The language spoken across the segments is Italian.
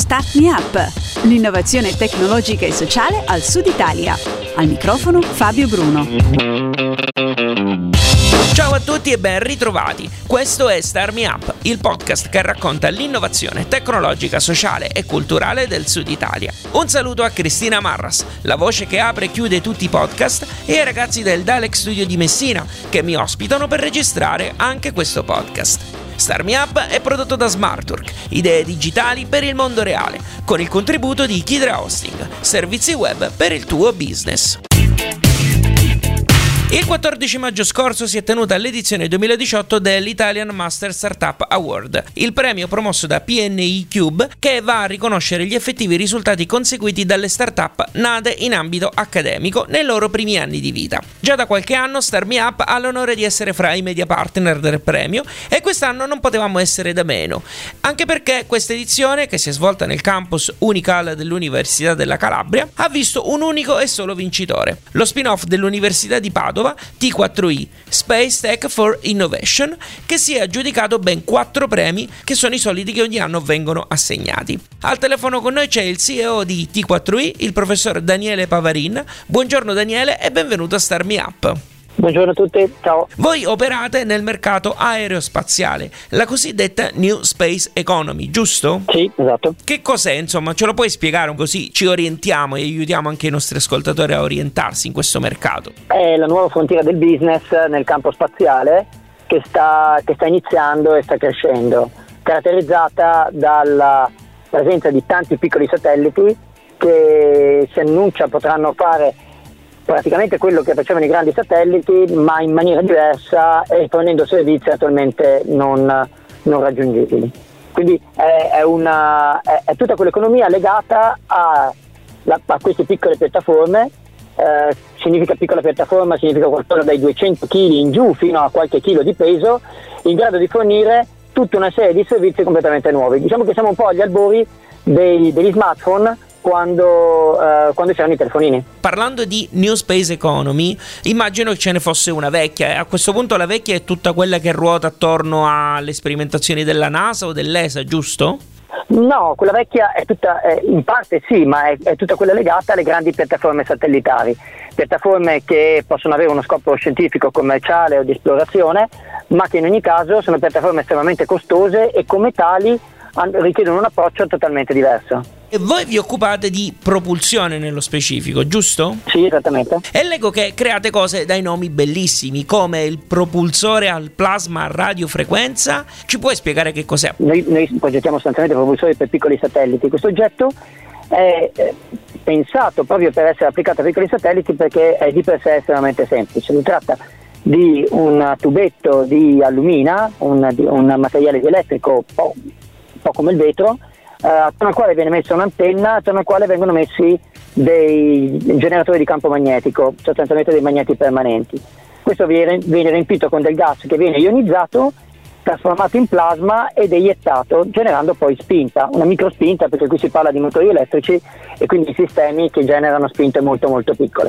Start Me Up, l'innovazione tecnologica e sociale al Sud Italia. Al microfono Fabio Bruno. Ciao a tutti e ben ritrovati. Questo è Start Me Up, il podcast che racconta l'innovazione tecnologica, sociale e culturale del Sud Italia. Un saluto a Cristina Marras, la voce che apre e chiude tutti i podcast, e ai ragazzi del Dalek Studio di Messina che mi ospitano per registrare anche questo podcast. Start Me Up è prodotto da Smartwork, idee digitali per il mondo reale, con il contributo di Kidra Hosting, servizi web per il tuo business. Il 14 maggio scorso si è tenuta l'edizione 2018 dell'Italian Master Startup Award, il premio promosso da PNI Cube che va a riconoscere gli effettivi risultati conseguiti dalle startup nate in ambito accademico nei loro primi anni di vita. Già da qualche anno Start Me Up ha l'onore di essere fra i media partner del premio e quest'anno non potevamo essere da meno, anche perché questa edizione, che si è svolta nel campus Unical dell'Università della Calabria, ha visto un unico e solo vincitore, lo spin-off dell'Università di Padova, T4I, Space Tech for Innovation, che si è aggiudicato ben 4 premi, che sono i soliti che ogni anno vengono assegnati. Al telefono con noi c'è il CEO di T4I, il professor Daniele Pavarin. Buongiorno Daniele e benvenuto a Start Me Up. Buongiorno a tutti, ciao. Voi operate nel mercato aerospaziale, la cosiddetta New Space Economy, giusto? Sì, esatto. Che cos'è, insomma? Ce lo puoi spiegare così ci orientiamo e aiutiamo anche i nostri ascoltatori a orientarsi in questo mercato? È la nuova frontiera del business nel campo spaziale che sta iniziando e sta crescendo, caratterizzata dalla presenza di tanti piccoli satelliti che si annuncia potranno fare praticamente quello che facevano i grandi satelliti, ma in maniera diversa e fornendo servizi attualmente non raggiungibili. Quindi è tutta quell'economia legata a queste piccole piattaforme. Significa piccola piattaforma, significa qualcosa dai 200 kg in giù fino a qualche chilo di peso, in grado di fornire tutta una serie di servizi completamente nuovi. Diciamo che siamo un po' agli albori degli smartphone quando c'erano i telefonini. Parlando di New Space Economy, immagino che ce ne fosse una vecchia. A questo punto la vecchia è tutta quella che ruota attorno alle sperimentazioni della NASA o dell'ESA, giusto? No, quella vecchia è tutta, in parte sì, ma è tutta quella legata alle grandi piattaforme satellitari, piattaforme che possono avere uno scopo scientifico, commerciale o di esplorazione, ma che in ogni caso sono piattaforme estremamente costose e come tali richiedono un approccio totalmente diverso. E voi vi occupate di propulsione nello specifico, giusto? Sì, esattamente. E leggo che create cose dai nomi bellissimi, come il propulsore al plasma a radiofrequenza. Ci puoi spiegare che cos'è? Noi progettiamo sostanzialmente propulsori per piccoli satelliti. Questo oggetto è pensato proprio per essere applicato a piccoli satelliti perché è di per sé estremamente semplice. Si tratta di un tubetto di allumina, un materiale dielettrico un po' come il vetro, attorno al quale viene messa un'antenna, attorno al quale vengono messi dei generatori di campo magnetico, sostanzialmente dei magneti permanenti. Questo viene riempito con del gas che viene ionizzato, trasformato in plasma ed eiettato, generando poi spinta, una microspinta, perché qui si parla di motori elettrici e quindi di sistemi che generano spinte molto molto piccole.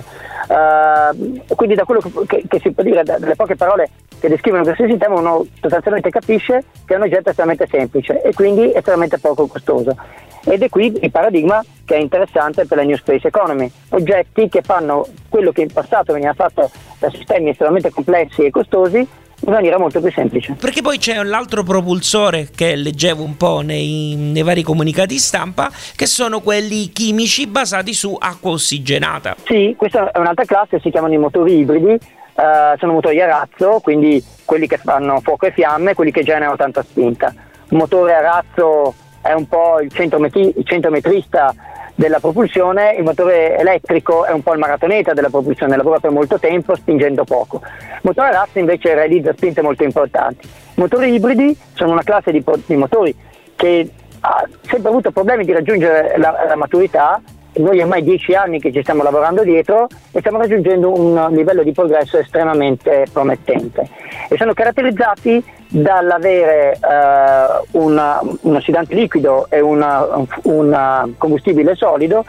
Quindi da quello che si può dire, dalle poche parole che descrivono questo sistema, uno sostanzialmente capisce che è un oggetto estremamente semplice e quindi estremamente poco costoso. Ed è qui il paradigma che è interessante per la New Space Economy, oggetti che fanno quello che in passato veniva fatto da sistemi estremamente complessi e costosi in maniera molto più semplice. Perché poi c'è l'altro propulsore che leggevo un po' nei vari comunicati stampa, che sono quelli chimici basati su acqua ossigenata. Sì, questa è un'altra classe, si chiamano i motori ibridi, sono motori a razzo, quindi quelli che fanno fuoco e fiamme, quelli che generano tanta spinta. Il motore a razzo è un po' il centrometrista della propulsione, il motore elettrico è un po' il maratoneta della propulsione, lavora per molto tempo spingendo poco. Il motore a razzo invece realizza spinte molto importanti. I motori ibridi sono una classe di motori che ha sempre avuto problemi di raggiungere la maturità. Noi ormai 10 anni che ci stiamo lavorando dietro e stiamo raggiungendo un livello di progresso estremamente promettente e sono caratterizzati dall'avere un ossidante liquido e un combustibile solido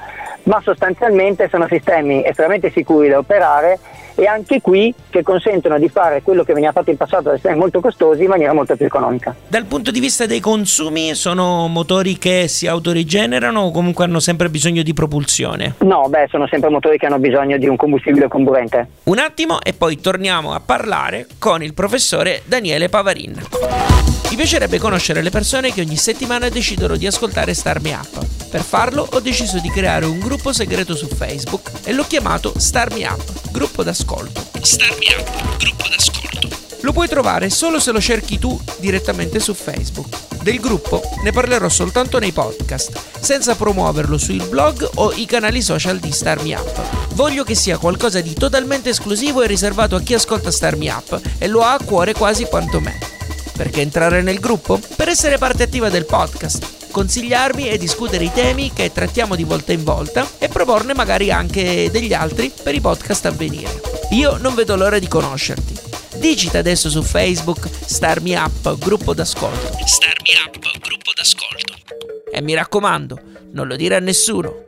ma sostanzialmente sono sistemi estremamente sicuri da operare e anche qui che consentono di fare quello che veniva fatto in passato da sistemi molto costosi in maniera molto più economica. Dal punto di vista dei consumi, sono motori che si autorigenerano o comunque hanno sempre bisogno di propulsione? No, sono sempre motori che hanno bisogno di un combustibile comburente. Un attimo e poi torniamo a parlare con il professore Daniele Pavarin. Mi piacerebbe conoscere le persone che ogni settimana decidono di ascoltare Start Me Up. Per farlo ho deciso di creare un gruppo segreto su Facebook e l'ho chiamato Start Me Up, gruppo d'ascolto. Start Me Up, gruppo d'ascolto. Lo puoi trovare solo se lo cerchi tu direttamente su Facebook. Del gruppo ne parlerò soltanto nei podcast, senza promuoverlo sui blog o i canali social di Start Me Up. Voglio che sia qualcosa di totalmente esclusivo e riservato a chi ascolta Start Me Up e lo ha a cuore quasi quanto me. Perché entrare nel gruppo? Per essere parte attiva del podcast, consigliarmi e discutere i temi che trattiamo di volta in volta e proporne magari anche degli altri per i podcast a venire. Io non vedo l'ora di conoscerti. Digita adesso su Facebook Start Me Up, gruppo d'ascolto. Start Me Up, gruppo d'ascolto. E mi raccomando, non lo dire a nessuno.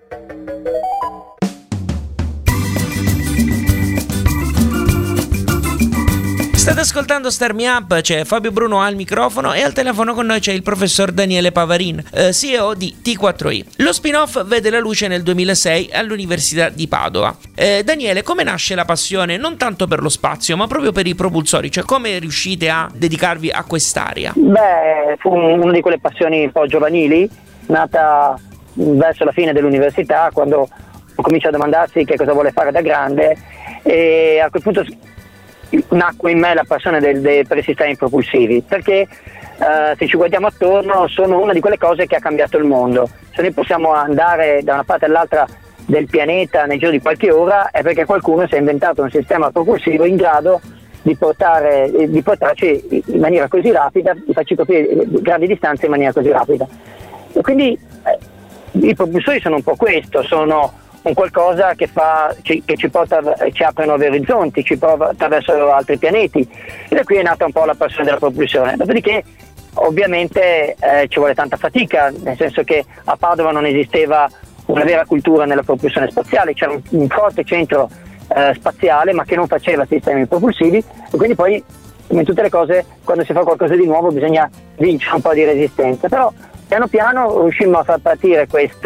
State ascoltando Start Me Up, c'è Fabio Bruno al microfono e al telefono con noi c'è il professor Daniele Pavarin, CEO di T4i. Lo spin-off vede la luce nel 2006 all'Università di Padova. Daniele, come nasce la passione non tanto per lo spazio ma proprio per i propulsori? Cioè come riuscite a dedicarvi a quest'area? Fu una di quelle passioni un po' giovanili, nata verso la fine dell'università, quando comincia a domandarsi che cosa vuole fare da grande, e a quel punto nacque in me la passione per i sistemi propulsivi, perché se ci guardiamo attorno sono una di quelle cose che ha cambiato il mondo. Se noi possiamo andare da una parte all'altra del pianeta nel giro di qualche ora è perché qualcuno si è inventato un sistema propulsivo in grado di portarci in maniera così rapida, di farci coprire grandi distanze in maniera così rapida. E quindi i propulsori sono un po' questo, sono un qualcosa che ci apre nuovi orizzonti, ci porta attraverso altri pianeti, e da qui è nata un po' la passione della propulsione. Dopodiché ovviamente ci vuole tanta fatica, nel senso che a Padova non esisteva una vera cultura nella propulsione spaziale, c'era un forte centro spaziale ma che non faceva sistemi propulsivi, e quindi poi, come in tutte le cose, quando si fa qualcosa di nuovo bisogna vincere un po' di resistenza. Però piano piano riuscimmo a far partire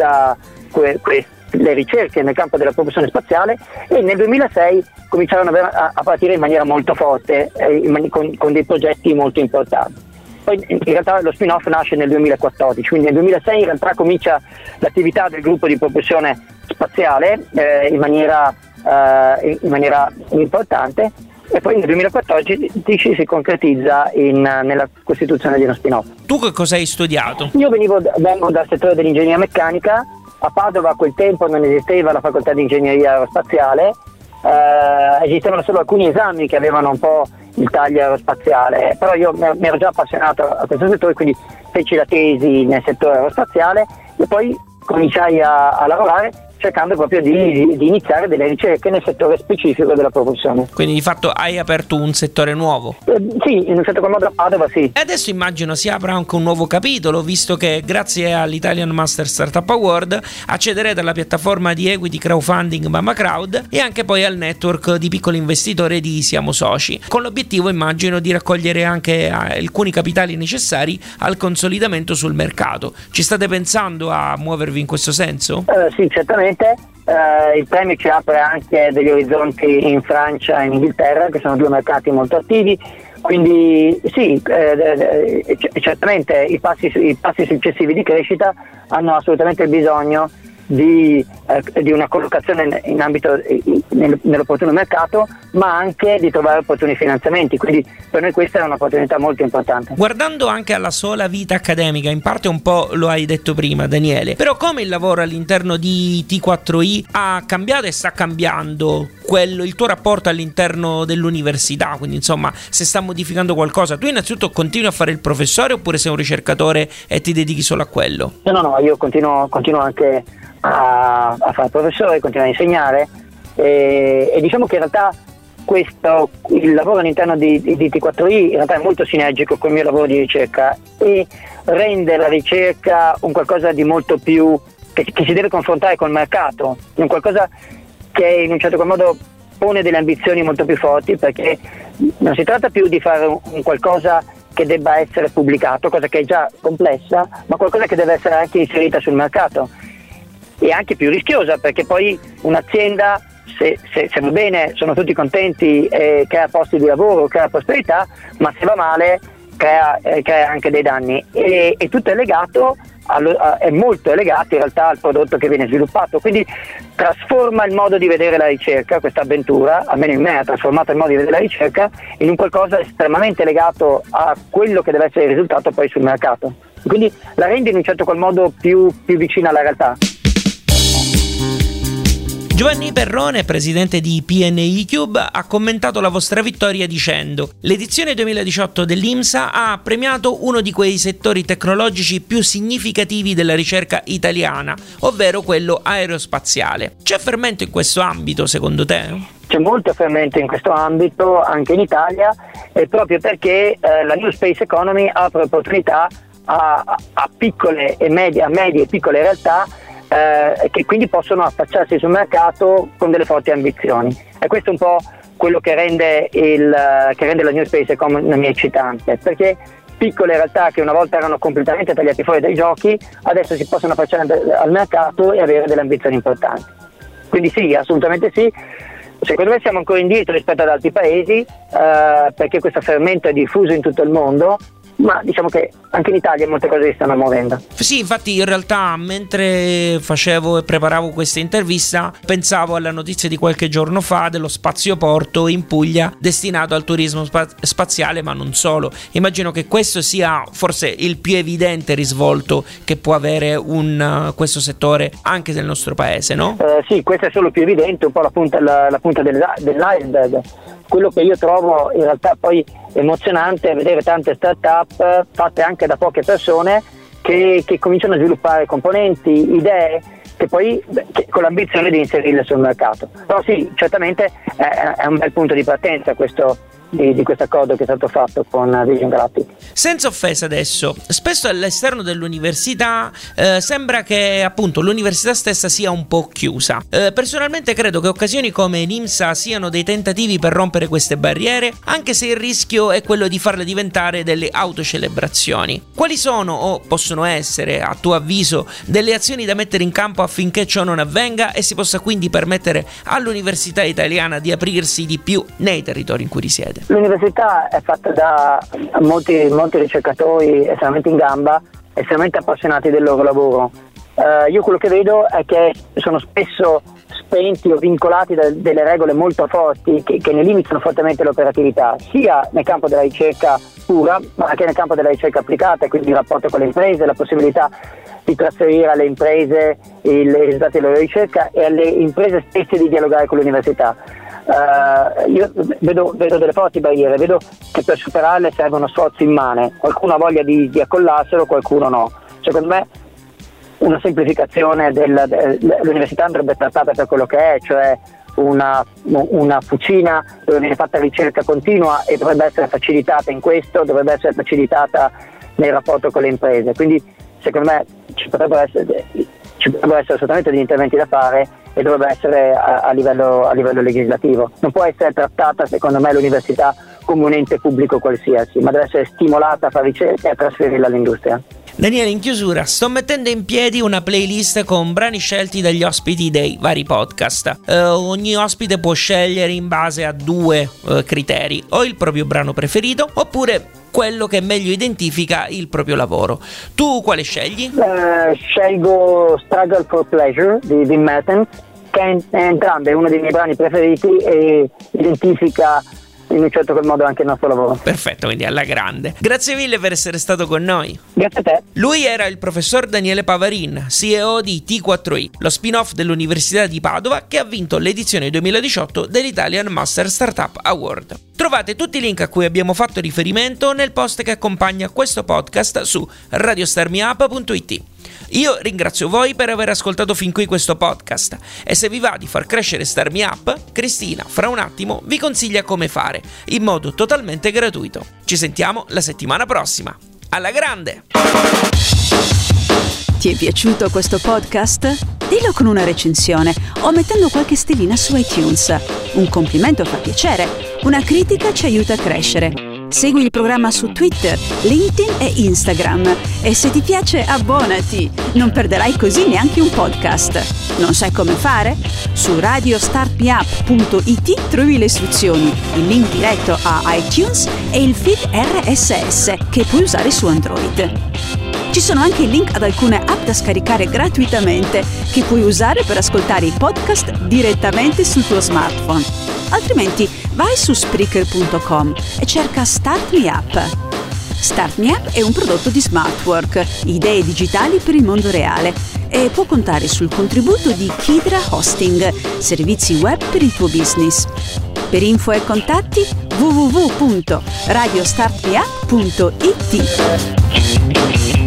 le ricerche nel campo della propulsione spaziale, e nel 2006 cominciarono a partire in maniera molto forte, con dei progetti molto importanti. Poi in realtà lo spin-off nasce nel 2014, quindi nel 2006 in realtà comincia l'attività del gruppo di propulsione spaziale in maniera importante, e poi nel 2014 si concretizza nella costituzione di uno spin-off. Tu che cosa hai studiato? Io vengo dal settore dell'ingegneria meccanica. A Padova a quel tempo non esisteva la facoltà di ingegneria aerospaziale, esistevano solo alcuni esami che avevano un po' il taglio aerospaziale, però io mi ero già appassionato a questo settore, quindi feci la tesi nel settore aerospaziale e poi cominciai a lavorare cercando proprio di iniziare delle ricerche nel settore specifico della propulsione. Quindi di fatto hai aperto un settore nuovo? Sì, in un certo modo a Padova sì. E adesso immagino si apra anche un nuovo capitolo, visto che grazie all'Italian Master Startup Award accederete alla piattaforma di equity crowdfunding Mama Crowd e anche poi al network di piccoli investitori di Siamo Soci, con l'obiettivo immagino di raccogliere anche alcuni capitali necessari al consolidamento sul mercato. Ci state pensando a muovervi in questo senso? Sì, certamente. Il premio ci apre anche degli orizzonti in Francia e in Inghilterra, che sono due mercati molto attivi, quindi sì, certamente i passi successivi di crescita hanno assolutamente bisogno di una collocazione in ambito nell'opportuno mercato, ma anche di trovare opportuni finanziamenti, quindi per noi questa è un'opportunità molto importante. Guardando anche alla sola vita accademica, in parte un po' lo hai detto prima Daniele, però come il lavoro all'interno di T4i ha cambiato e sta cambiando il tuo rapporto all'interno dell'università, quindi insomma se sta modificando qualcosa. Tu innanzitutto continui a fare il professore oppure sei un ricercatore e ti dedichi solo a quello? No, io continuo anche a fare il professore, continuo a insegnare e diciamo che in realtà il lavoro all'interno di T4i in realtà è molto sinergico con il mio lavoro di ricerca e rende la ricerca un qualcosa di molto più che si deve confrontare col mercato, in qualcosa che in un certo qual modo pone delle ambizioni molto più forti, perché non si tratta più di fare un qualcosa che debba essere pubblicato, cosa che è già complessa, ma qualcosa che deve essere anche inserita sul mercato, e anche più rischiosa, perché poi un'azienda, se va bene sono tutti contenti, crea posti di lavoro, crea prosperità, ma se va male crea anche dei danni, e tutto è legato è molto legato in realtà al prodotto che viene sviluppato, quindi trasforma il modo di vedere la ricerca, questa avventura, almeno in me ha trasformato il modo di vedere la ricerca in un qualcosa estremamente legato a quello che deve essere il risultato poi sul mercato, quindi la rende in un certo qual modo più vicina alla realtà. Giovanni Perrone, presidente di PNI Cube, ha commentato la vostra vittoria dicendo: l'edizione 2018 dell'IMSA ha premiato uno di quei settori tecnologici più significativi della ricerca italiana, ovvero quello aerospaziale. C'è fermento in questo ambito secondo te? C'è molto fermento in questo ambito anche in Italia, proprio perché la New Space Economy apre opportunità a piccole e medie e piccole realtà che quindi possono affacciarsi sul mercato con delle forti ambizioni, e questo è un po' quello che rende la New Space Economy eccitante, perché piccole realtà che una volta erano completamente tagliate fuori dai giochi adesso si possono affacciare al mercato e avere delle ambizioni importanti. Quindi sì, assolutamente sì. Secondo me siamo ancora indietro rispetto ad altri paesi, perché questo fermento è diffuso in tutto il mondo, ma diciamo che anche in Italia molte cose si stanno muovendo. Sì, infatti in realtà mentre facevo e preparavo questa intervista pensavo alla notizia di qualche giorno fa dello spazioporto in Puglia destinato al turismo spaziale, ma non solo. Immagino che questo sia forse il più evidente risvolto che può avere questo settore anche nel nostro paese, no? Sì, questo è solo più evidente, un po' la punta dell'iceberg. Quello che io trovo in realtà poi emozionante è vedere tante start-up fatte anche da poche persone che cominciano a sviluppare componenti, idee che poi con l'ambizione di inserirle sul mercato. Però sì, certamente è un bel punto di partenza questo di questo accordo che è stato fatto con Vision Galactic. Senza offesa adesso, spesso all'esterno dell'università sembra che appunto l'università stessa sia un po' chiusa. Personalmente credo che occasioni come l'IMSA siano dei tentativi per rompere queste barriere, anche se il rischio è quello di farle diventare delle autocelebrazioni. Quali sono o possono essere, a tuo avviso, delle azioni da mettere in campo affinché ciò non avvenga e si possa quindi permettere all'università italiana di aprirsi di più nei territori in cui risiede? L'università è fatta da molti ricercatori estremamente in gamba, estremamente appassionati del loro lavoro. Io quello che vedo è che sono spesso spenti o vincolati da delle regole molto forti che ne limitano fortemente l'operatività, sia nel campo della ricerca pura, ma anche nel campo della ricerca applicata, quindi il rapporto con le imprese, la possibilità di trasferire alle imprese i risultati della loro ricerca e alle imprese stesse di dialogare con l'università. Io vedo delle forti barriere, vedo che per superarle servono sforzi immane, qualcuno ha voglia di accollarselo, qualcuno no. Secondo me una semplificazione dell'università andrebbe trattata per quello che è, cioè una fucina dove viene fatta ricerca continua e dovrebbe essere facilitata in questo, dovrebbe essere facilitata nel rapporto con le imprese. Quindi secondo me ci potrebbero essere assolutamente degli interventi da fare e dovrebbe essere a livello legislativo. Non può essere trattata, secondo me, l'università come un ente pubblico qualsiasi, ma deve essere stimolata a fare ricerca e a trasferirla all'industria. Daniele, in chiusura, sto mettendo in piedi una playlist con brani scelti dagli ospiti dei vari podcast. Ogni ospite può scegliere in base a due criteri: o il proprio brano preferito oppure quello che meglio identifica il proprio lavoro. Tu quale scegli? Scelgo Struggle for Pleasure di Wim Mertens, che è entrambe uno dei miei brani preferiti e identifica in un certo qual modo anche il nostro lavoro. Perfetto, quindi alla grande. Grazie mille per essere stato con noi. Grazie a te. Lui era il professor Daniele Pavarin, CEO di T4I, lo spin-off dell'Università di Padova che ha vinto l'edizione 2018 dell'Italian Master Startup Award. Trovate tutti i link a cui abbiamo fatto riferimento nel post che accompagna questo podcast su radiostarmiup.it. Io ringrazio voi per aver ascoltato fin qui questo podcast e se vi va di far crescere Start Me Up, Cristina fra un attimo vi consiglia come fare, in modo totalmente gratuito. Ci sentiamo la settimana prossima. Alla grande! Ti è piaciuto questo podcast? Dillo con una recensione o mettendo qualche stellina su iTunes. Un complimento fa piacere, una critica ci aiuta a crescere. Segui il programma su Twitter, LinkedIn e Instagram e se ti piace abbonati, non perderai così neanche un podcast. Non sai come fare? Su radiostartmeup.it trovi le istruzioni, il link diretto a iTunes e il feed RSS che puoi usare su Android. Ci sono anche i link ad alcune app da scaricare gratuitamente che puoi usare per ascoltare i podcast direttamente sul tuo smartphone. Altrimenti vai su Spreaker.com e cerca Start Me Up. Start Me Up è un prodotto di Smartwork, idee digitali per il mondo reale, e può contare sul contributo di Kidra Hosting, servizi web per il tuo business. Per info e contatti www.radiostartmeup.it.